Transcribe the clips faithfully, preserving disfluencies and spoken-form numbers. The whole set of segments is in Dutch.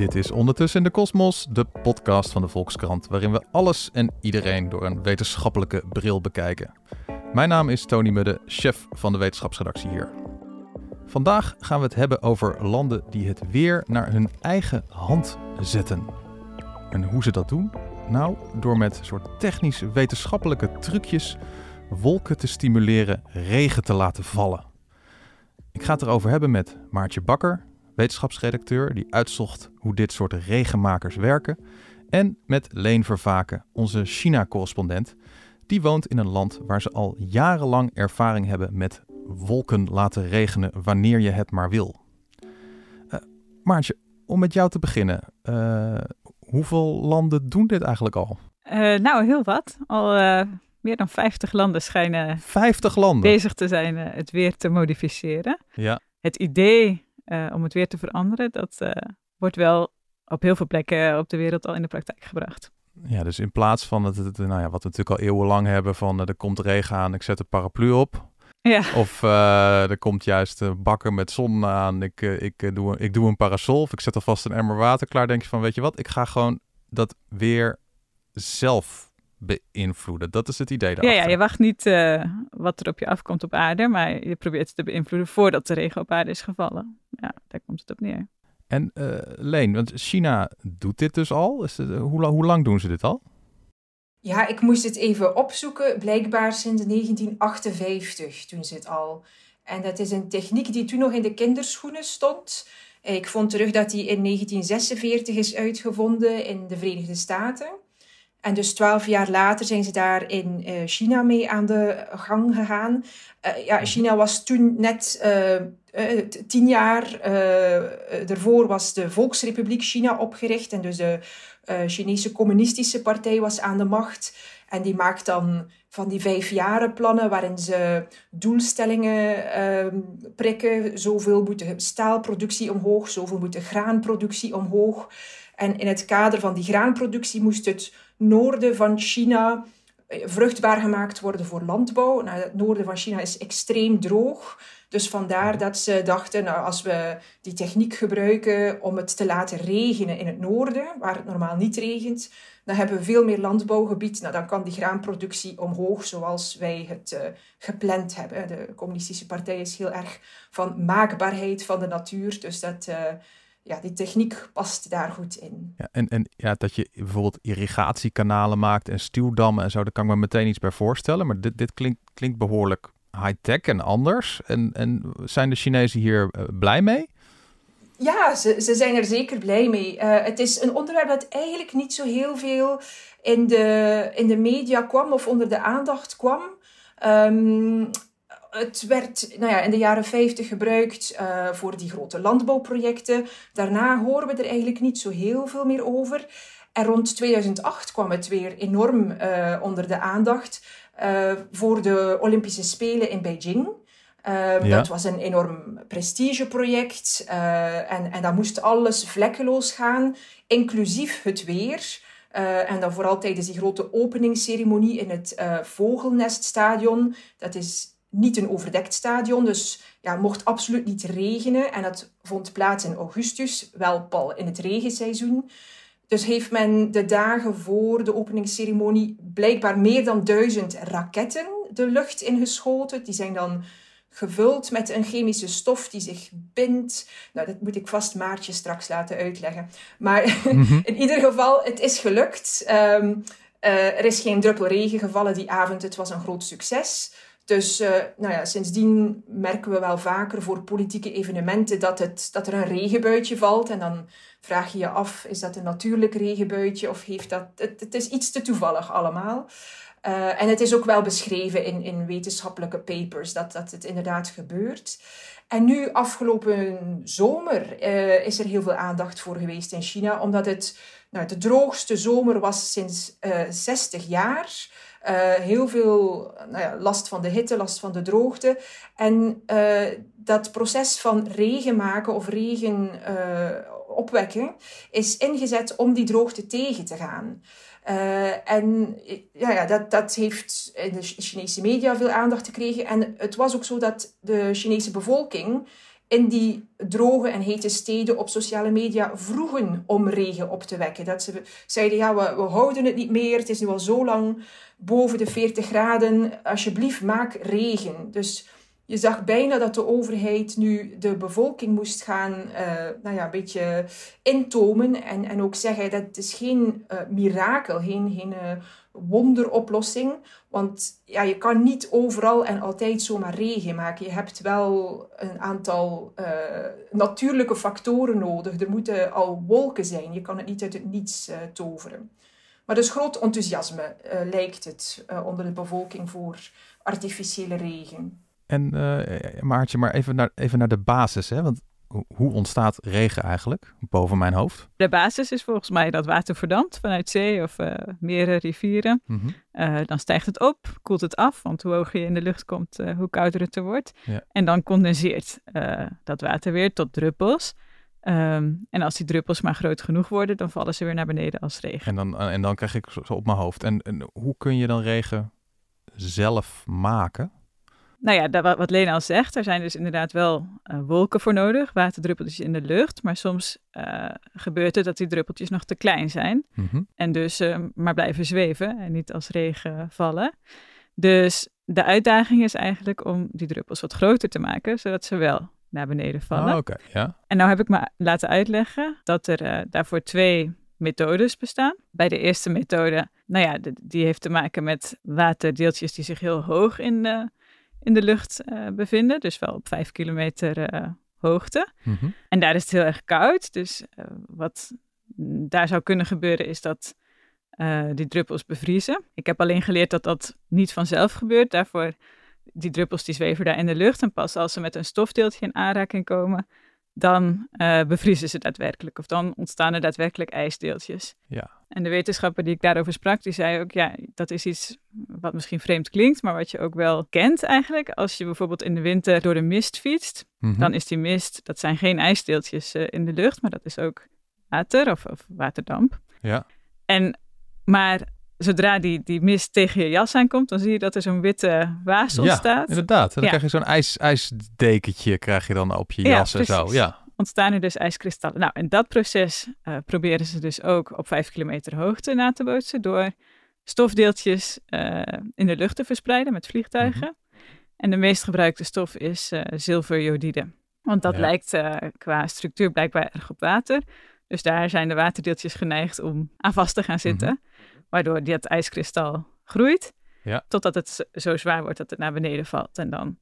Dit is Ondertussen in de Kosmos, de podcast van de Volkskrant, waarin we alles en iedereen door een wetenschappelijke bril bekijken. Mijn naam is Tony Mudde, chef van de wetenschapsredactie hier. Vandaag gaan we het hebben over landen die het weer naar hun eigen hand zetten. En hoe ze dat doen? Nou, door met soort technische wetenschappelijke trucjes wolken te stimuleren regen te laten vallen. Ik ga het erover hebben met Maartje Bakker, wetenschapsredacteur die uitzocht hoe dit soort regenmakers werken. En met Leen Vervaken, onze China-correspondent. Die woont in een land waar ze al jarenlang ervaring hebben met wolken laten regenen wanneer je het maar wil. Uh, Maartje, om met jou te beginnen. Uh, hoeveel landen doen dit eigenlijk al? Uh, nou, heel wat. Al uh, meer dan vijftig landen schijnen vijftig landen bezig te zijn uh, het weer te modificeren. Ja. Het idee uh, om het weer te veranderen, dat uh, wordt wel op heel veel plekken op de wereld al in de praktijk gebracht. Ja, dus in plaats van het, het, nou ja, wat we natuurlijk al eeuwenlang hebben van uh, er komt regen aan, ik zet een paraplu op. Ja. Of uh, er komt juist een bakker met zon aan, ik, uh, ik, uh, doe, ik doe een parasol of ik zet alvast een emmer water klaar. Denk je van, weet je wat, ik ga gewoon dat weer zelf beïnvloeden. Dat is het idee daarachter. Ja, ja, je wacht niet uh, wat er op je afkomt op aarde, maar je probeert het te beïnvloeden voordat de regen op aarde is gevallen. Ja, daar komt het op neer. En uh, Leen, want China doet dit dus al. Is het, uh, hoe, hoe lang doen ze dit al? Ja, ik moest het even opzoeken. Blijkbaar sinds negentien achtenvijftig doen ze het al. En dat is een techniek die toen nog in de kinderschoenen stond. Ik vond terug dat die in negentien zesenveertig is uitgevonden in de Verenigde Staten. En dus twaalf jaar later zijn ze daar in uh, China mee aan de gang gegaan. Uh, ja, China was toen net uh, uh, tien jaar. Uh, daarvoor was de Volksrepubliek China opgericht. En dus de uh, Chinese Communistische Partij was aan de macht. En die maakt dan van die vijfjarenplannen waarin ze doelstellingen uh, prikken. Zoveel moet de staalproductie omhoog, zoveel moet de graanproductie omhoog. En in het kader van die graanproductie moest het noorden van China vruchtbaar gemaakt worden voor landbouw. Nou, het noorden van China is extreem droog. Dus vandaar dat ze dachten, nou, als we die techniek gebruiken om het te laten regenen in het noorden, waar het normaal niet regent, dan hebben we veel meer landbouwgebied. Nou, dan kan die graanproductie omhoog zoals wij het uh, gepland hebben. De Communistische Partij is heel erg van maakbaarheid van de natuur. Dus dat... Uh, Ja, die techniek past daar goed in. Ja, en en ja, dat je bijvoorbeeld irrigatiekanalen maakt en stuwdammen en zo, daar kan ik me meteen iets bij voorstellen. Maar dit, dit klinkt, klinkt behoorlijk high-tech en anders. En, en zijn de Chinezen hier uh, blij mee? Ja, ze, ze zijn er zeker blij mee. Uh, het is een onderwerp dat eigenlijk niet zo heel veel in de, in de media kwam of onder de aandacht kwam. Um, Het werd nou ja, in de jaren vijftig gebruikt uh, voor die grote landbouwprojecten. Daarna horen we er eigenlijk niet zo heel veel meer over. En rond tweeduizend acht kwam het weer enorm uh, onder de aandacht uh, voor de Olympische Spelen in Beijing. Uh, ja. Dat was een enorm prestigeproject uh, en, en dat moest alles vlekkeloos gaan, inclusief het weer. Uh, en dan vooral tijdens die grote openingsceremonie in het uh, Vogelneststadion. Dat is niet een overdekt stadion, dus ja, mocht absoluut niet regenen. En dat vond plaats in augustus, wel pal in het regenseizoen. Dus heeft men de dagen voor de openingsceremonie blijkbaar meer dan duizend raketten de lucht ingeschoten. Die zijn dan gevuld met een chemische stof die zich bindt. Nou, dat moet ik vast Maartje straks laten uitleggen. Maar mm-hmm. in ieder geval, het is gelukt. Um, uh, er is geen druppel regen gevallen die avond. Het was een groot succes. Dus uh, nou ja, sindsdien merken we wel vaker voor politieke evenementen dat, het, dat er een regenbuitje valt. En dan vraag je je af, is dat een natuurlijk regenbuitje of heeft dat... Het, het is iets te toevallig allemaal. Uh, en het is ook wel beschreven in, in wetenschappelijke papers dat, dat het inderdaad gebeurt. En nu, afgelopen zomer, uh, is er heel veel aandacht voor geweest in China, omdat het nou, de droogste zomer was sinds uh, zestig jaar. Uh, heel veel nou ja, last van de hitte, last van de droogte. En uh, dat proces van regen maken of regen uh, opwekken is ingezet om die droogte tegen te gaan. Uh, en ja, ja, dat, dat heeft in de Chinese media veel aandacht gekregen. En het was ook zo dat de Chinese bevolking in die droge en hete steden op sociale media vroegen om regen op te wekken. Dat ze zeiden, ja, we, we houden het niet meer. Het is nu al zo lang boven de veertig graden. Alsjeblieft, maak regen. Dus je zag bijna dat de overheid nu de bevolking moest gaan uh, nou ja, een beetje intomen. En, en ook zeggen, dat het is geen uh, mirakel, geen, geen uh, wonderoplossing. Want ja, je kan niet overal en altijd zomaar regen maken. Je hebt wel een aantal uh, natuurlijke factoren nodig. Er moeten al wolken zijn. Je kan het niet uit het niets uh, toveren. Maar dus groot enthousiasme uh, lijkt het uh, onder de bevolking voor artificiële regen. En uh, Maartje, maar even naar, even naar de basis, hè? Want hoe ontstaat regen eigenlijk boven mijn hoofd? De basis is volgens mij dat water verdampt vanuit zee of uh, meren, rivieren. Mm-hmm. Uh, dan stijgt het op, koelt het af, want hoe hoger je in de lucht komt, uh, hoe kouder het er wordt. Ja. En dan condenseert uh, dat water weer tot druppels. Um, en als die druppels maar groot genoeg worden, dan vallen ze weer naar beneden als regen. En dan, en dan krijg ik zo op mijn hoofd. En, en hoe kun je dan regen zelf maken? Nou ja, dat, wat Lena al zegt, er zijn dus inderdaad wel uh, wolken voor nodig, waterdruppeltjes in de lucht. Maar soms uh, gebeurt het dat die druppeltjes nog te klein zijn. Mm-hmm. En dus uh, maar blijven zweven en niet als regen vallen. Dus de uitdaging is eigenlijk om die druppels wat groter te maken, zodat ze wel naar beneden vallen. Oh, okay, ja. En nou heb ik me laten uitleggen dat er uh, daarvoor twee methodes bestaan. Bij de eerste methode, nou ja, de, die heeft te maken met waterdeeltjes die zich heel hoog in de, in de lucht uh, bevinden. Dus wel op vijf kilometer uh, hoogte. Mm-hmm. En daar is het heel erg koud. Dus uh, wat daar zou kunnen gebeuren is dat uh, die druppels bevriezen. Ik heb alleen geleerd dat dat niet vanzelf gebeurt. Daarvoor, die druppels die zweven daar in de lucht. En pas als ze met een stofdeeltje in aanraking komen, dan uh, bevriezen ze daadwerkelijk. Of dan ontstaan er daadwerkelijk ijsdeeltjes. Ja. En de wetenschapper die ik daarover sprak, die zei ook, ja, dat is iets wat misschien vreemd klinkt, maar wat je ook wel kent eigenlijk. Als je bijvoorbeeld in de winter door de mist fietst, mm-hmm. dan is die mist, dat zijn geen ijsdeeltjes uh, in de lucht, maar dat is ook water of, of waterdamp. Ja. En, maar zodra die, die mist tegen je jas aankomt, dan zie je dat er zo'n witte waas ontstaat. Ja, inderdaad. En dan ja. krijg je zo'n ijs, ijsdekentje krijg je dan op je jas ja, en zo. Ja. Ontstaan er dus ijskristallen. Nou, en dat proces uh, proberen ze dus ook op vijf kilometer hoogte na te bootsen door stofdeeltjes uh, in de lucht te verspreiden met vliegtuigen. Mm-hmm. En de meest gebruikte stof is uh, zilverjodide. Want dat ja. lijkt uh, qua structuur blijkbaar erg op water. Dus daar zijn de waterdeeltjes geneigd om aan vast te gaan zitten. Mm-hmm. Waardoor dat ijskristal groeit. Ja. Totdat het zo zwaar wordt dat het naar beneden valt. En dan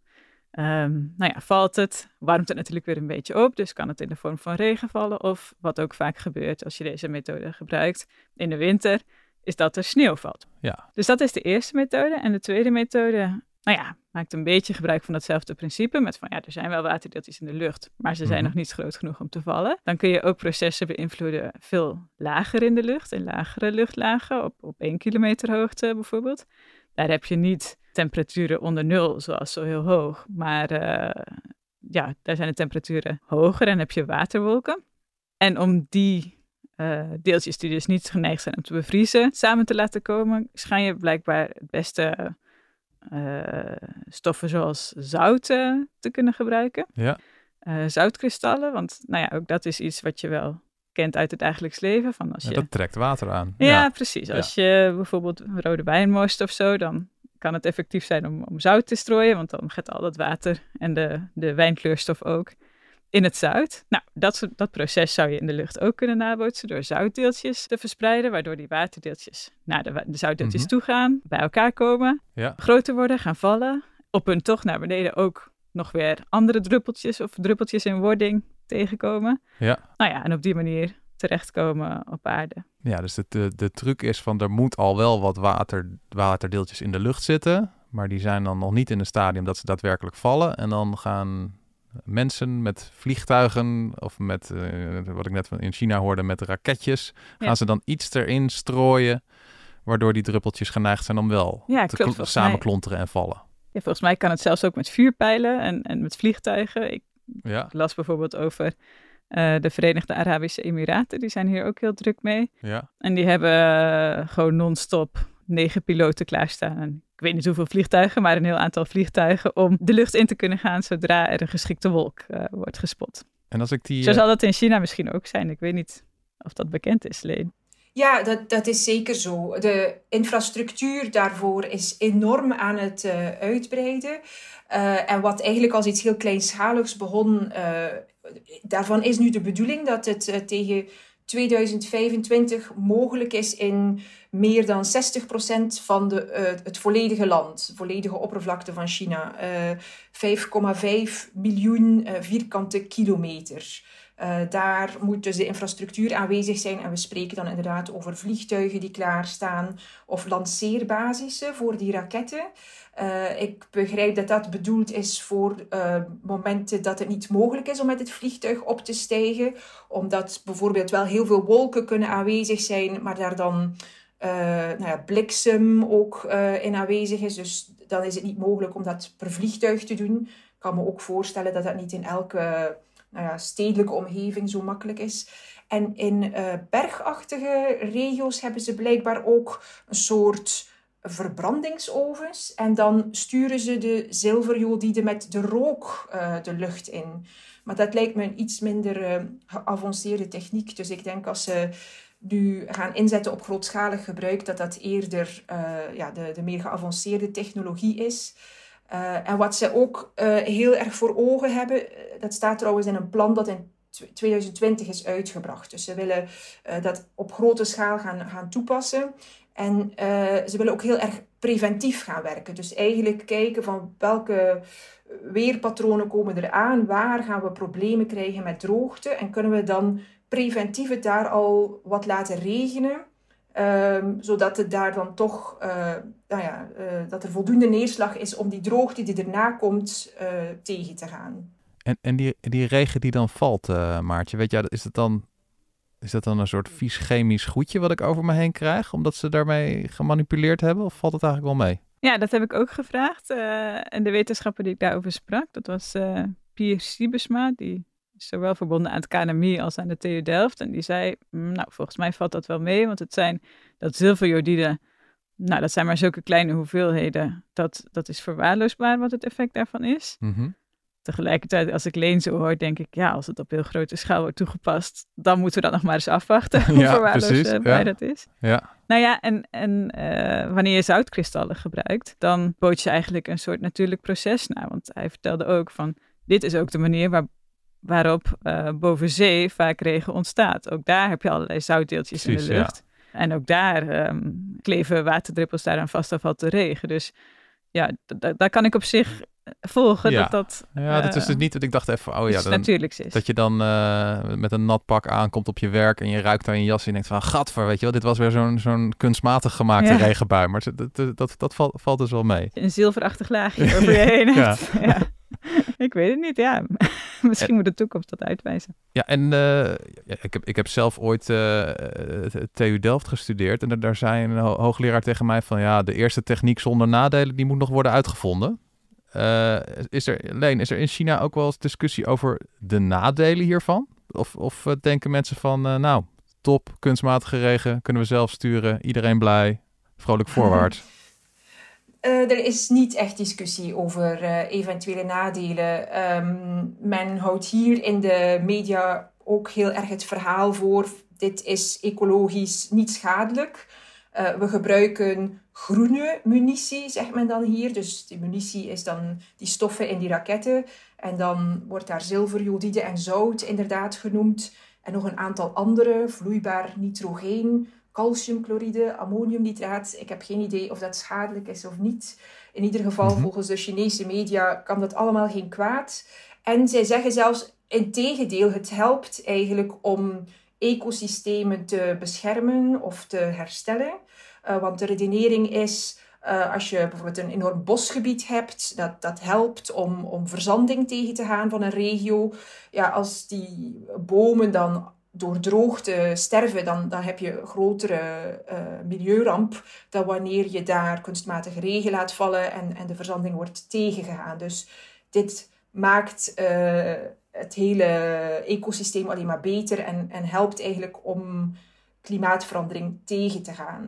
Um, nou ja, valt het, warmt het natuurlijk weer een beetje op, dus kan het in de vorm van regen vallen. Of wat ook vaak gebeurt als je deze methode gebruikt in de winter, is dat er sneeuw valt. Ja. Dus dat is de eerste methode. En de tweede methode, nou ja, maakt een beetje gebruik van datzelfde principe. Met van ja, er zijn wel waterdeeltjes in de lucht, maar ze zijn mm-hmm. nog niet groot genoeg om te vallen. Dan kun je ook processen beïnvloeden veel lager in de lucht, in lagere luchtlagen, op, op één kilometer hoogte bijvoorbeeld. Daar heb je niet temperaturen onder nul, zoals zo heel hoog. Maar uh, ja, daar zijn de temperaturen hoger en heb je waterwolken. En om die uh, deeltjes die dus niet geneigd zijn om te bevriezen, samen te laten komen, schijn je blijkbaar het beste uh, stoffen zoals zouten te kunnen gebruiken. Ja. Uh, zoutkristallen, want nou ja, ook dat is iets wat je wel kent uit het dagelijks leven. Van als je... ja, dat trekt water aan. Ja, ja. precies. Als ja. je bijvoorbeeld rode wijn morst of zo, dan kan het effectief zijn om, om zout te strooien, want dan gaat al dat water en de, de wijnkleurstof ook in het zout. Nou, dat, dat proces zou je in de lucht ook kunnen nabootsen door zoutdeeltjes te verspreiden, waardoor die waterdeeltjes naar de, de zoutdeeltjes mm-hmm. toe gaan, bij elkaar komen, ja. groter worden, gaan vallen. Op hun tocht naar beneden ook nog weer andere druppeltjes of druppeltjes in wording tegenkomen. Ja. Nou ja, en op die manier terechtkomen op aarde. Ja, dus de, de, de truc is van er moet al wel wat water, waterdeeltjes in de lucht zitten, maar die zijn dan nog niet in een stadium dat ze daadwerkelijk vallen. En dan gaan mensen met vliegtuigen of met, uh, wat ik net in China hoorde, met raketjes, gaan ja. ze dan iets erin strooien, waardoor die druppeltjes geneigd zijn om wel ja, te klopt, kl- samenklonteren en vallen. Ja, volgens mij kan het zelfs ook met vuurpijlen en, en met vliegtuigen. Ik ja. las bijvoorbeeld over Uh, de Verenigde Arabische Emiraten, die zijn hier ook heel druk mee. Ja. En die hebben uh, gewoon non-stop negen piloten klaarstaan. En ik weet niet hoeveel vliegtuigen, maar een heel aantal vliegtuigen om de lucht in te kunnen gaan zodra er een geschikte wolk uh, wordt gespot. En als ik die, uh... Zo zal dat in China misschien ook zijn. Ik weet niet of dat bekend is, Leen. Ja, dat, dat is zeker zo. De infrastructuur daarvoor is enorm aan het uh, uitbreiden. Uh, en wat eigenlijk als iets heel kleinschaligs begon, uh, daarvan is nu de bedoeling dat het uh, tegen tweeduizend vijfentwintig mogelijk is in meer dan zestig procent van de, uh, het volledige land, de volledige oppervlakte van China. Uh, vijf komma vijf miljoen uh, vierkante kilometer. Uh, daar moet dus de infrastructuur aanwezig zijn. En we spreken dan inderdaad over vliegtuigen die klaarstaan of lanceerbasissen voor die raketten. Uh, ik begrijp dat dat bedoeld is voor uh, momenten dat het niet mogelijk is om met het vliegtuig op te stijgen. Omdat bijvoorbeeld wel heel veel wolken kunnen aanwezig zijn, maar daar dan uh, nou ja, bliksem ook uh, in aanwezig is. Dus dan is het niet mogelijk om dat per vliegtuig te doen. Ik kan me ook voorstellen dat dat niet in elke nou ja, stedelijke omgeving zo makkelijk is. En in uh, bergachtige regio's hebben ze blijkbaar ook een soort verbrandingsovens. En dan sturen ze de zilverjodide met de rook uh, de lucht in. Maar dat lijkt me een iets minder uh, geavanceerde techniek. Dus ik denk als ze nu gaan inzetten op grootschalig gebruik, dat dat eerder uh, ja, de, de meer geavanceerde technologie is. Uh, en wat ze ook uh, heel erg voor ogen hebben, dat staat trouwens in een plan dat in tweeduizend twintig is uitgebracht. Dus ze willen uh, dat op grote schaal gaan, gaan toepassen. En uh, ze willen ook heel erg preventief gaan werken. Dus eigenlijk kijken van welke weerpatronen komen er aan, waar gaan we problemen krijgen met droogte en kunnen we dan preventief het daar al wat laten regenen. Um, zodat het daar dan toch, uh, nou ja, uh, dat er voldoende neerslag is om die droogte die erna komt uh, tegen te gaan. En, en die, die regen die dan valt, uh, Maartje, weet je, is dat dan, is dat dan een soort vies chemisch goedje wat ik over me heen krijg, omdat ze daarmee gemanipuleerd hebben, of valt het eigenlijk wel mee? Ja, dat heb ik ook gevraagd. Uh, en de wetenschapper die ik daarover sprak, dat was uh, Pier Siebesma, die is zowel verbonden aan het K N M I als aan de T U Delft. En die zei, nou, volgens mij valt dat wel mee, want het zijn dat zilverjodide, nou, dat zijn maar zulke kleine hoeveelheden, dat, dat is verwaarloosbaar wat het effect daarvan is. Mm-hmm. Tegelijkertijd, als ik Leen zo hoor, denk ik, ja, als het op heel grote schaal wordt toegepast, dan moeten we dat nog maar eens afwachten, hoe ja, verwaarloosbaar ja. dat is. Ja. Nou ja, en, en uh, wanneer je zoutkristallen gebruikt, dan bood je eigenlijk een soort natuurlijk proces na. Want hij vertelde ook van, dit is ook de manier waar, waarop uh, boven zee vaak regen ontstaat. Ook daar heb je allerlei zoutdeeltjes Precies, in de lucht. Ja. En ook daar um, kleven waterdruppels daaraan vast of valt de regen. Dus ja, d- d- daar kan ik op zich volgen. Ja, dat, dat, ja uh, dat is dus niet dat ik dacht even, oh ja, dan, natuurlijk is. Dat je dan uh, met een nat pak aankomt op je werk en je ruikt daar je jas en je denkt van, gadver, weet je wel, dit was weer zo'n, zo'n kunstmatig gemaakte ja. regenbui. Maar dat, dat, dat, dat valt, valt dus wel mee. Een zilverachtig laagje over je heen hebt. Ja. Ja. Ik weet het niet, ja. Misschien en, moet de toekomst dat uitwijzen. Ja, en uh, ja, ik, heb, ik heb zelf ooit uh, T U Delft gestudeerd. En daar zei een ho- hoogleraar tegen mij van, ja, de eerste techniek zonder nadelen, die moet nog worden uitgevonden. Uh, is er, Leen, is er in China ook wel eens discussie over de nadelen hiervan? Of, of uh, denken mensen van, uh, nou, top, kunstmatige regen, kunnen we zelf sturen, iedereen blij, vrolijk voorwaarts? Uh, er is niet echt discussie over uh, eventuele nadelen. Um, men houdt hier in de media ook heel erg het verhaal voor, dit is ecologisch niet schadelijk. Uh, we gebruiken groene munitie, zegt men dan hier. Dus die munitie is dan die stoffen in die raketten. En dan wordt daar zilverjodide en zout inderdaad genoemd. En nog een aantal andere, vloeibaar nitrogeen, calciumchloride, ammoniumnitraat. Ik heb geen idee of dat schadelijk is of niet. In ieder geval, mm-hmm. volgens de Chinese media kan dat allemaal geen kwaad. En zij zeggen zelfs, integendeel, het helpt eigenlijk om ecosystemen te beschermen of te herstellen. Uh, want de redenering is, uh, als je bijvoorbeeld een enorm bosgebied hebt, dat, dat helpt om, om verzanding tegen te gaan van een regio. Ja, als die bomen dan door droogte sterven, dan, dan heb je een grotere uh, milieuramp dan wanneer je daar kunstmatig regen laat vallen en, en de verzanding wordt tegengegaan. Dus dit maakt uh, het hele ecosysteem alleen maar beter en, en helpt eigenlijk om klimaatverandering tegen te gaan.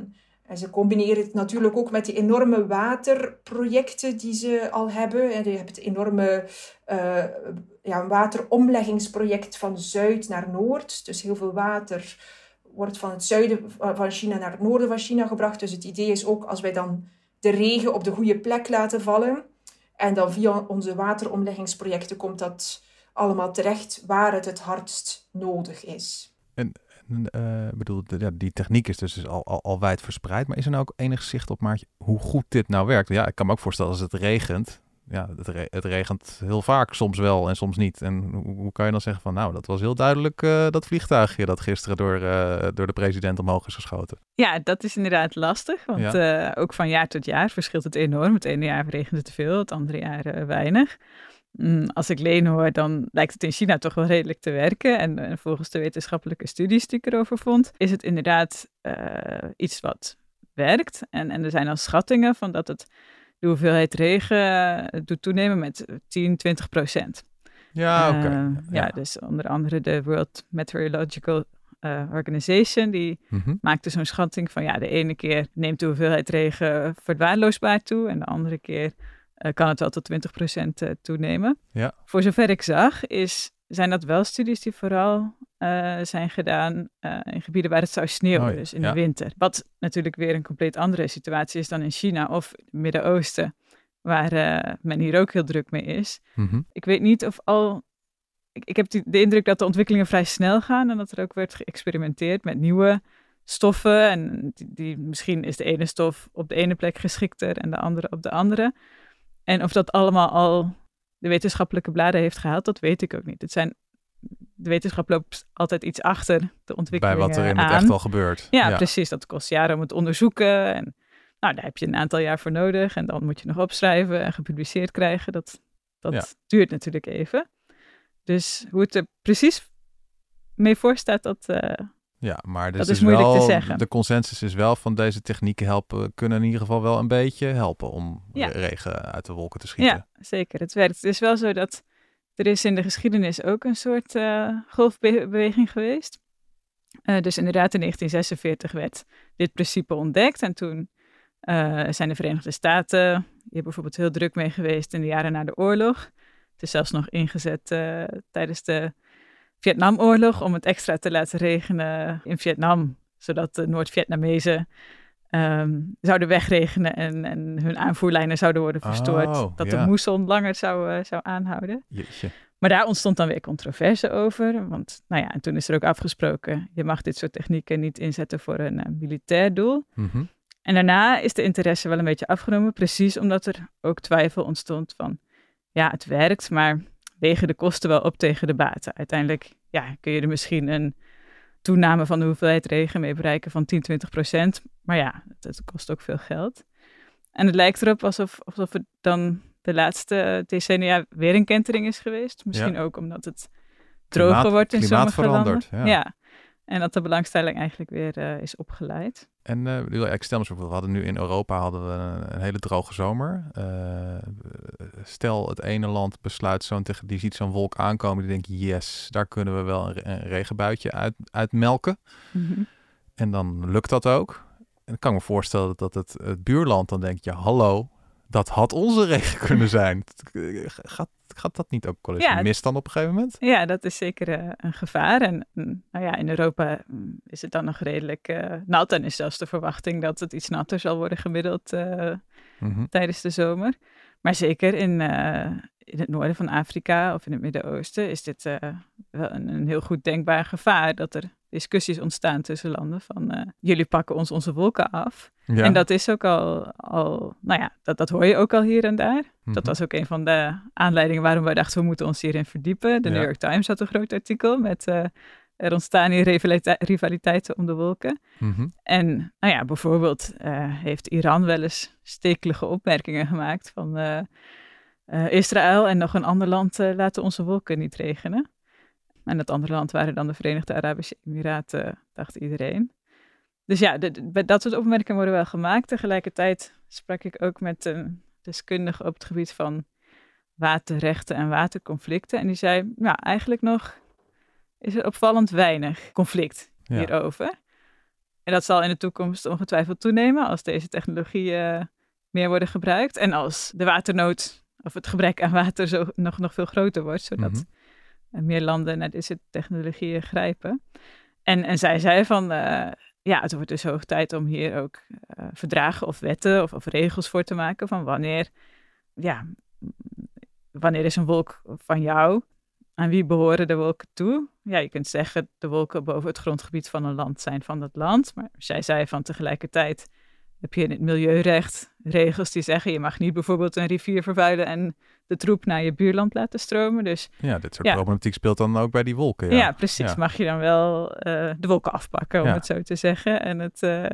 En ze combineren het natuurlijk ook met die enorme waterprojecten die ze al hebben. En je hebt het enorme uh, ja, wateromleggingsproject van zuid naar noord. Dus heel veel water wordt van het zuiden van China naar het noorden van China gebracht. Dus het idee is ook, als wij dan de regen op de goede plek laten vallen, en dan via onze wateromleggingsprojecten komt dat allemaal terecht waar het het hardst nodig is. En uh, bedoel, de, ja, die techniek is dus al, al, al wijd verspreid. Maar is er nou ook enig zicht op, Maartje, hoe goed dit nou werkt? Ja, ik kan me ook voorstellen als het regent. Ja, het, re- het regent heel vaak, soms wel en soms niet. En hoe, hoe kan je dan zeggen van, nou, dat was heel duidelijk uh, dat vliegtuigje dat gisteren door, uh, door de president omhoog is geschoten. Ja, dat is inderdaad lastig, want ja. uh, ook van jaar tot jaar verschilt het enorm. Het ene jaar regent het te veel, het andere jaar uh, weinig. Mm, als ik Leen hoor, dan lijkt het in China toch wel redelijk te werken. En, en volgens de wetenschappelijke studies die ik erover vond, is het inderdaad uh, iets wat werkt. En, en er zijn al schattingen van dat het de hoeveelheid regen uh, doet toenemen met tien, twintig procent. Ja, oké. Okay. Uh, ja. ja, dus onder andere de World Meteorological uh, Organization, die mm-hmm. maakte zo'n schatting van, ja, de ene keer neemt de hoeveelheid regen verwaarloosbaar toe en de andere keer uh, kan het wel tot twintig procent uh, toenemen. Ja. Voor zover ik zag, is, zijn dat wel studies die vooral uh, zijn gedaan uh, in gebieden waar het zou sneeuwen, oh, dus in ja. de winter. Wat natuurlijk weer een compleet andere situatie is dan in China of het Midden-Oosten, waar uh, men hier ook heel druk mee is. Mm-hmm. Ik weet niet of al... Ik, ik heb die, de indruk dat de ontwikkelingen vrij snel gaan en dat er ook werd geëxperimenteerd met nieuwe stoffen. En die, die, misschien is de ene stof op de ene plek geschikter en de andere op de andere. En of dat allemaal al de wetenschappelijke bladen heeft gehaald, dat weet ik ook niet. Het zijn, de wetenschap loopt altijd iets achter de ontwikkelingen bij wat er in aan. het echt al gebeurt. Ja, ja, precies. Dat kost jaren om het te onderzoeken. En nou, daar heb je een aantal jaar voor nodig. En dan moet je nog opschrijven en gepubliceerd krijgen. Dat, dat ja. duurt natuurlijk even. Dus hoe het er precies mee voor staat, dat, uh, ja, maar dus dat is is moeilijk wel, te zeggen. De consensus is wel van deze technieken helpen, kunnen in ieder geval wel een beetje helpen om ja. regen uit de wolken te schieten. Ja, zeker. Het werkt. Het is wel zo dat er is in de geschiedenis ook een soort uh, golfbeweging geweest. Uh, dus inderdaad in negentien zesenveertig werd dit principe ontdekt. En toen uh, zijn de Verenigde Staten hier bijvoorbeeld heel druk mee geweest in de jaren na de oorlog. Het is zelfs nog ingezet uh, tijdens de Vietnamoorlog om het extra te laten regenen in Vietnam. Zodat de Noord-Vietnamezen um, zouden wegregenen en, en hun aanvoerlijnen zouden worden verstoord. Oh, dat ja. de moesson langer zou, uh, zou aanhouden. Jeetje. Maar daar ontstond dan weer controverse over. Want nou ja, en toen is er ook afgesproken, je mag dit soort technieken niet inzetten voor een uh, militair doel. Mm-hmm. En daarna is de interesse wel een beetje afgenomen. Precies omdat er ook twijfel ontstond van, ja, het werkt, maar wegen de kosten wel op tegen de baten. Uiteindelijk ja, kun je er misschien een toename van de hoeveelheid regen mee bereiken van tien, twintig procent. Maar ja, het, het kost ook veel geld. En het lijkt erop alsof, alsof het dan de laatste decennia weer een kentering is geweest. Misschien ja. ook omdat het droger klimaat, wordt in klimaat sommige landen. Ja. ja. En dat de belangstelling eigenlijk weer uh, is opgeleid. En uh, ik stel me zo voor, we hadden nu in Europa hadden we een, een hele droge zomer. Uh, stel het ene land besluit zo'n tegen, die ziet zo'n wolk aankomen, die denkt yes, daar kunnen we wel een, een regenbuitje uit, uit melken. Mm-hmm. En dan lukt dat ook. En ik kan me voorstellen dat het, het buurland dan denkt, ja hallo, dat had onze regen kunnen zijn. Gaat, gaat dat niet ook wel eens ja, mis dan op een gegeven moment? Ja, dat is zeker uh, een gevaar. En nou ja, in Europa is het dan nog redelijk uh, nat. En is zelfs de verwachting dat het iets natter zal worden gemiddeld uh, mm-hmm. tijdens de zomer. Maar zeker in, uh, in het noorden van Afrika of in het Midden-Oosten is dit uh, wel een, een heel goed denkbaar gevaar dat er discussies ontstaan tussen landen van uh, jullie pakken ons onze wolken af. Ja. En dat is ook al, al nou ja, dat, dat hoor je ook al hier en daar. Mm-hmm. Dat was ook een van de aanleidingen waarom wij dachten we moeten ons hierin verdiepen. De ja. New York Times had een groot artikel met uh, er ontstaan hier rivalite- rivaliteiten om de wolken. Mm-hmm. En nou ja, bijvoorbeeld uh, heeft Iran wel eens stekelige opmerkingen gemaakt van uh, uh, Israël en nog een ander land uh, laten onze wolken niet regenen. En dat andere land waren dan de Verenigde Arabische Emiraten, dacht iedereen. Dus ja, de, de, dat soort opmerkingen worden wel gemaakt. Tegelijkertijd sprak ik ook met een deskundige op het gebied van waterrechten en waterconflicten. En die zei, ja, eigenlijk nog is er opvallend weinig conflict ja. hierover. En dat zal in de toekomst ongetwijfeld toenemen als deze technologieën uh, meer worden gebruikt. En als de waternood of het gebrek aan water zo nog, nog veel groter wordt, zodat mm-hmm. meer landen naar deze technologieën grijpen. En, en zij zei van, uh, ja, het wordt dus hoog tijd om hier ook uh, verdragen of wetten of, of regels voor te maken van wanneer, ja, wanneer is een wolk van jou? Aan wie behoren de wolken toe? Ja, je kunt zeggen de wolken boven het grondgebied van een land zijn van dat land. Maar zij zei van tegelijkertijd heb je in het milieurecht regels die zeggen je mag niet bijvoorbeeld een rivier vervuilen en de troep naar je buurland laten stromen. Dus, ja, dit soort ja. problematiek speelt dan ook bij die wolken. Ja, ja precies. Ja. Mag je dan wel uh, de wolken afpakken, om ja. het zo te zeggen. En het, uh,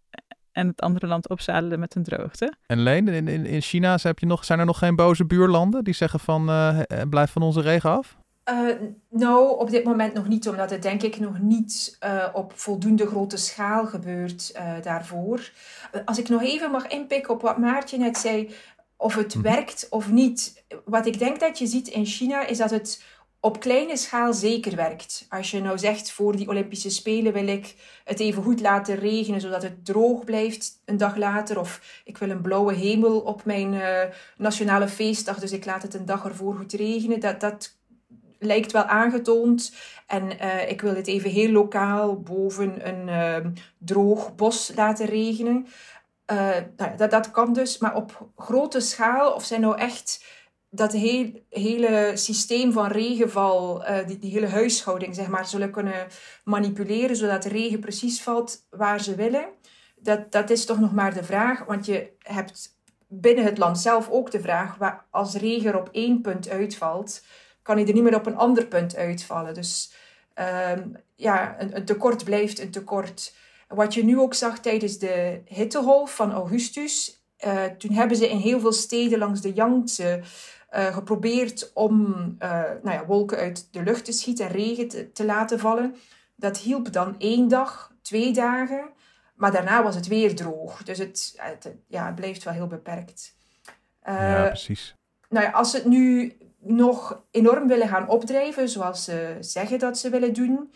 en het andere land opzadelen met een droogte. En Leen, in, in, in China heb je nog, zijn er nog geen boze buurlanden die zeggen van uh, blijf van onze regen af? Uh, nou, op dit moment nog niet, omdat het denk ik nog niet uh, op voldoende grote schaal gebeurt uh, daarvoor. Uh, als ik nog even mag inpikken op wat Maartje net zei, of het hm. werkt of niet. Wat ik denk dat je ziet in China is dat het op kleine schaal zeker werkt. Als je nou zegt, voor die Olympische Spelen wil ik het even goed laten regenen, zodat het droog blijft een dag later. Of ik wil een blauwe hemel op mijn uh, nationale feestdag, dus ik laat het een dag ervoor goed regenen. Dat, dat lijkt wel aangetoond. En uh, ik wil het even heel lokaal boven een uh, droog bos laten regenen. Uh, nou, dat, dat kan dus, maar op grote schaal, of zijn nou echt dat heel, hele systeem van regenval, uh, die, die hele huishouding, zeg maar, zullen kunnen manipuleren, zodat de regen precies valt waar ze willen. Dat, dat is toch nog maar de vraag, want je hebt binnen het land zelf ook de vraag, waar, als regen er op één punt uitvalt, kan hij er niet meer op een ander punt uitvallen. Dus uh, ja, een, een tekort blijft een tekort. Wat je nu ook zag tijdens de hittegolf van augustus, uh, toen hebben ze in heel veel steden langs de Yangtze uh, geprobeerd om uh, nou ja, wolken uit de lucht te schieten en regen te, te laten vallen. Dat hielp dan één dag, twee dagen, maar daarna was het weer droog. Dus het, het, ja, het blijft wel heel beperkt. Uh, ja, precies. Nou ja, als het nu nog enorm willen gaan opdrijven, zoals ze zeggen dat ze willen doen,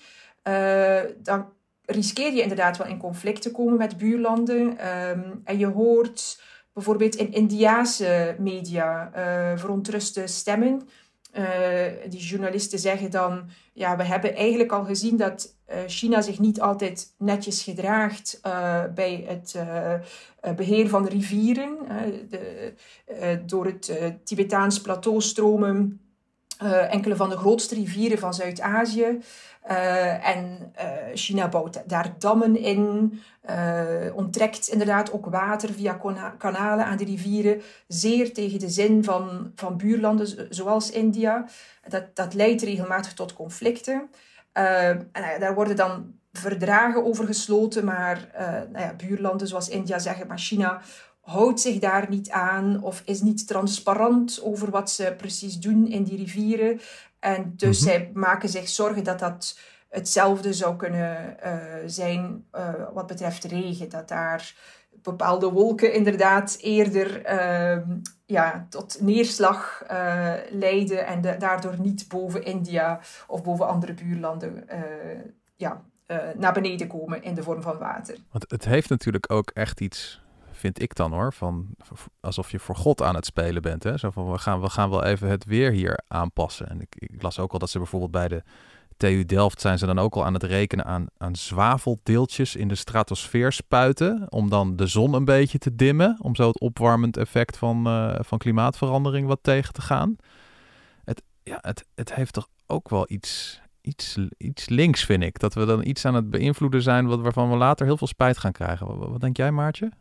uh, dan riskeer je inderdaad wel in conflict te komen met buurlanden. Um, en je hoort bijvoorbeeld in Indiase media uh, verontruste stemmen. Uh, die journalisten zeggen dan, ja, we hebben eigenlijk al gezien dat uh, China zich niet altijd netjes gedraagt uh, bij het uh, beheer van de rivieren. Uh, de, uh, door het uh, Tibetaans plateau stromen uh, enkele van de grootste rivieren van Zuid-Azië. Uh, en uh, China bouwt daar dammen in, uh, onttrekt inderdaad ook water via kona- kanalen aan de rivieren, zeer tegen de zin van, van buurlanden zoals India. Dat, dat leidt regelmatig tot conflicten. Uh, en uh, daar worden dan verdragen over gesloten, maar uh, nou ja, buurlanden zoals India zeggen, maar China houdt zich daar niet aan of is niet transparant over wat ze precies doen in die rivieren. En dus mm-hmm. zij maken zich zorgen dat dat hetzelfde zou kunnen uh, zijn uh, wat betreft regen. Dat daar bepaalde wolken inderdaad eerder uh, ja, tot neerslag uh, leiden en de, daardoor niet boven India of boven andere buurlanden uh, ja, uh, naar beneden komen in de vorm van water. Want het heeft natuurlijk ook echt iets, vind ik dan hoor, van alsof je voor God aan het spelen bent. Hè? Zo van, we gaan, we gaan wel even het weer hier aanpassen. En ik, ik las ook al dat ze bijvoorbeeld bij de T U Delft zijn ze dan ook al aan het rekenen aan, aan zwaveldeeltjes in de stratosfeer spuiten, om dan de zon een beetje te dimmen, om zo het opwarmend effect van, uh, van klimaatverandering wat tegen te gaan. Het, ja, het, het heeft toch ook wel iets, iets, iets links, vind ik. Dat we dan iets aan het beïnvloeden zijn wat, waarvan we later heel veel spijt gaan krijgen. Wat, wat denk jij, Maartje?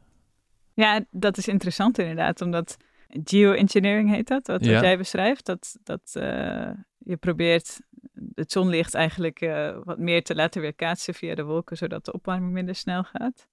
Ja, dat is interessant inderdaad, omdat geoengineering heet dat, wat, wat ja. jij beschrijft. Dat, dat uh, je probeert het zonlicht eigenlijk uh, wat meer te laten weerkaatsen via de wolken, zodat de opwarming minder snel gaat.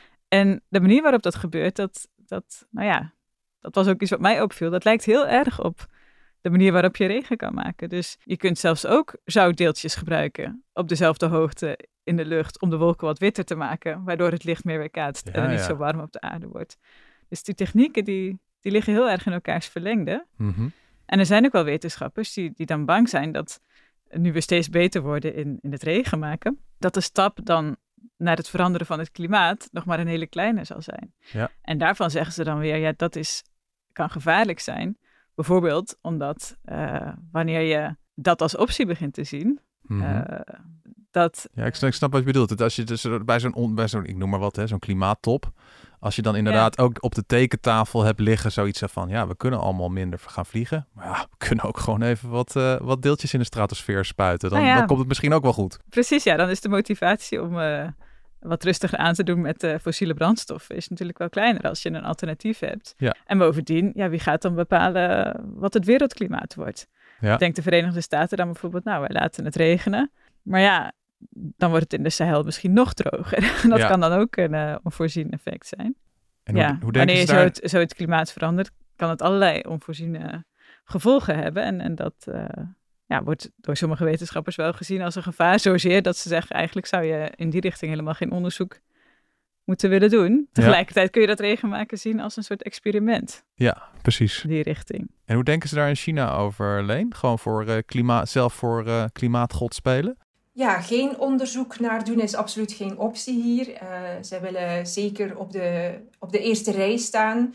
En de manier waarop dat gebeurt, dat, dat, nou ja, dat was ook iets wat mij opviel. Dat lijkt heel erg op de manier waarop je regen kan maken. Dus je kunt zelfs ook zoutdeeltjes gebruiken op dezelfde hoogte in de lucht om de wolken wat witter te maken, waardoor het licht meer weerkaatst ja, en het niet ja. zo warm op de aarde wordt. Dus die technieken die, die liggen heel erg in elkaars verlengde. Mm-hmm. En er zijn ook wel wetenschappers die, die dan bang zijn dat nu we steeds beter worden in, in het regen maken, dat de stap dan naar het veranderen van het klimaat nog maar een hele kleine zal zijn. Ja. En daarvan zeggen ze dan weer, ja, dat is, kan gevaarlijk zijn. Bijvoorbeeld omdat uh, wanneer je dat als optie begint te zien, Mm-hmm. uh, dat... Ja, ik snap, ik snap wat je bedoelt. Dat als je dus bij zo'n, bij zo'n, ik noem maar wat, hè, zo'n klimaattop, als je dan inderdaad ja. ook op de tekentafel hebt liggen zoiets van, ja, we kunnen allemaal minder gaan vliegen, maar ja, we kunnen ook gewoon even wat, uh, wat deeltjes in de stratosfeer spuiten. Dan, nou ja. dan komt het misschien ook wel goed. Precies, ja, dan is de motivatie om uh, wat rustiger aan te doen met uh, fossiele brandstoffen is natuurlijk wel kleiner als je een alternatief hebt. Ja. En bovendien, ja, wie gaat dan bepalen wat het wereldklimaat wordt? Ja. Denk de Verenigde Staten dan bijvoorbeeld, nou, wij laten het regenen. Maar ja, dan wordt het in de Sahel misschien nog droger. dat ja. kan dan ook een uh, onvoorzien effect zijn. En ja, hoe, hoe wanneer je daar... zo, het, zo het klimaat verandert, kan het allerlei onvoorziene gevolgen hebben. En, en dat uh, ja, wordt door sommige wetenschappers wel gezien als een gevaar. Zozeer dat ze zeggen, eigenlijk zou je in die richting helemaal geen onderzoek moeten willen doen. Tegelijkertijd ja. kun je dat regenmaken zien als een soort experiment. Ja, precies. Die richting. En hoe denken ze daar in China over, Leen? Gewoon voor uh, klimaat, zelf voor uh, klimaatgod spelen? Ja, geen onderzoek naar doen is absoluut geen optie hier. Uh, zij willen zeker op de, op de eerste rij staan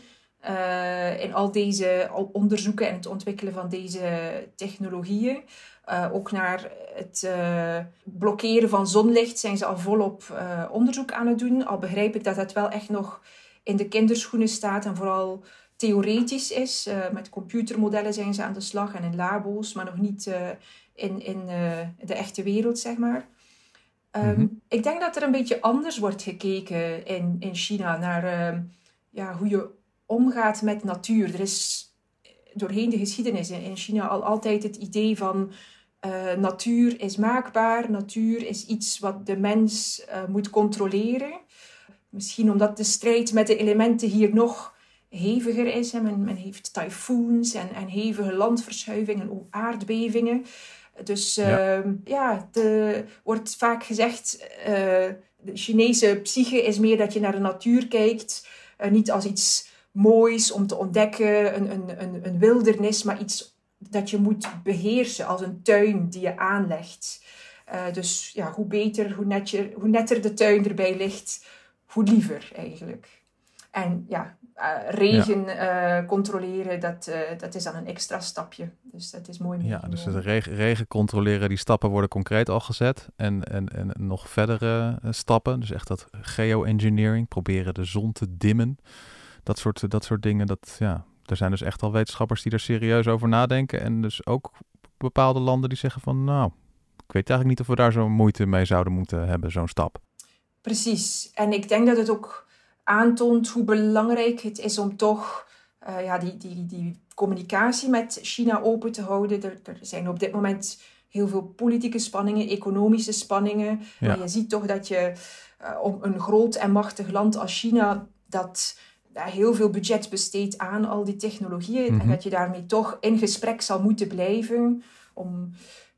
uh, in al deze al onderzoeken en het ontwikkelen van deze technologieën. Uh, ook naar het uh, blokkeren van zonlicht zijn ze al volop uh, onderzoek aan het doen. Al begrijp ik dat dat wel echt nog in de kinderschoenen staat en vooral theoretisch is. Uh, met computermodellen zijn ze aan de slag en in labo's, maar nog niet uh, in, in uh, de echte wereld, zeg maar. Um, mm-hmm. Ik denk dat er een beetje anders wordt gekeken in, in China naar uh, ja, hoe je omgaat met natuur. Er is doorheen de geschiedenis in China al altijd het idee van uh, natuur is maakbaar, natuur is iets wat de mens uh, moet controleren. Misschien omdat de strijd met de elementen hier nog heviger is. Hè. Men, men heeft tyfoons en, en hevige landverschuivingen, ook aardbevingen. Dus uh, ja, ja er wordt vaak gezegd, uh, de Chinese psyche is meer dat je naar de natuur kijkt, uh, niet als iets moois om te ontdekken, een, een, een, een wildernis, maar iets dat je moet beheersen als een tuin die je aanlegt. Uh, dus ja, hoe beter, hoe, netjer, hoe netter de tuin erbij ligt, hoe liever eigenlijk. En ja, uh, regen ja. Uh, controleren, dat, uh, dat is dan een extra stapje. Dus dat is mooi. Ja, dus de regen, regen controleren, die stappen worden concreet al gezet. En, en, en nog verdere uh, stappen, dus echt dat geoengineering, proberen de zon te dimmen. Dat soort, dat soort dingen, dat, ja, er zijn dus echt al wetenschappers die er serieus over nadenken. En dus ook bepaalde landen die zeggen van, nou, ik weet eigenlijk niet of we daar zo'n moeite mee zouden moeten hebben, zo'n stap. Precies. En ik denk dat het ook aantoont hoe belangrijk het is om toch uh, ja, die, die, die communicatie met China open te houden. Er, er zijn op dit moment heel veel politieke spanningen, economische spanningen. Ja. Maar je ziet toch dat je uh, om een groot en machtig land als China, dat daar heel veel budget besteedt aan al die technologieën. Mm-hmm. En dat je daarmee toch in gesprek zal moeten blijven om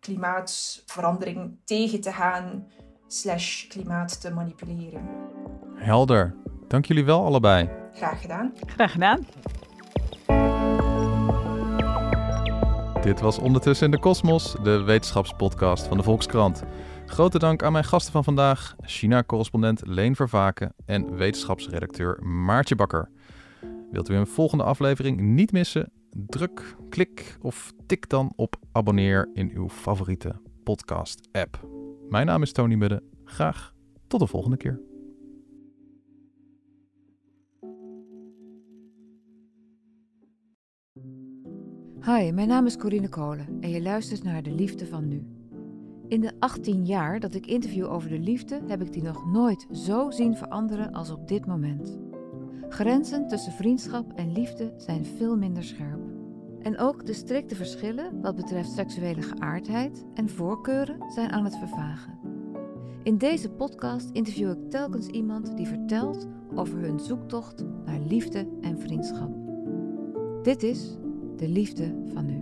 klimaatverandering tegen te gaan, slash klimaat te manipuleren. Helder. Dank jullie wel allebei. Graag gedaan. Graag gedaan. Dit was Ondertussen in de Kosmos, de wetenschapspodcast van de Volkskrant. Grote dank aan mijn gasten van vandaag, China-correspondent Leen Vervaken en wetenschapsredacteur Maartje Bakker. Wilt u een volgende aflevering niet missen? Druk, klik of tik dan op abonneer in uw favoriete podcast-app. Mijn naam is Tony Mudde. Graag tot de volgende keer. Hi, mijn naam is Corine Kolen en je luistert naar De Liefde van Nu. In de achttien jaar dat ik interview over de liefde heb ik die nog nooit zo zien veranderen als op dit moment. Grenzen tussen vriendschap en liefde zijn veel minder scherp. En ook de strikte verschillen wat betreft seksuele geaardheid en voorkeuren zijn aan het vervagen. In deze podcast interview ik telkens iemand die vertelt over hun zoektocht naar liefde en vriendschap. Dit is De Liefde van Nu.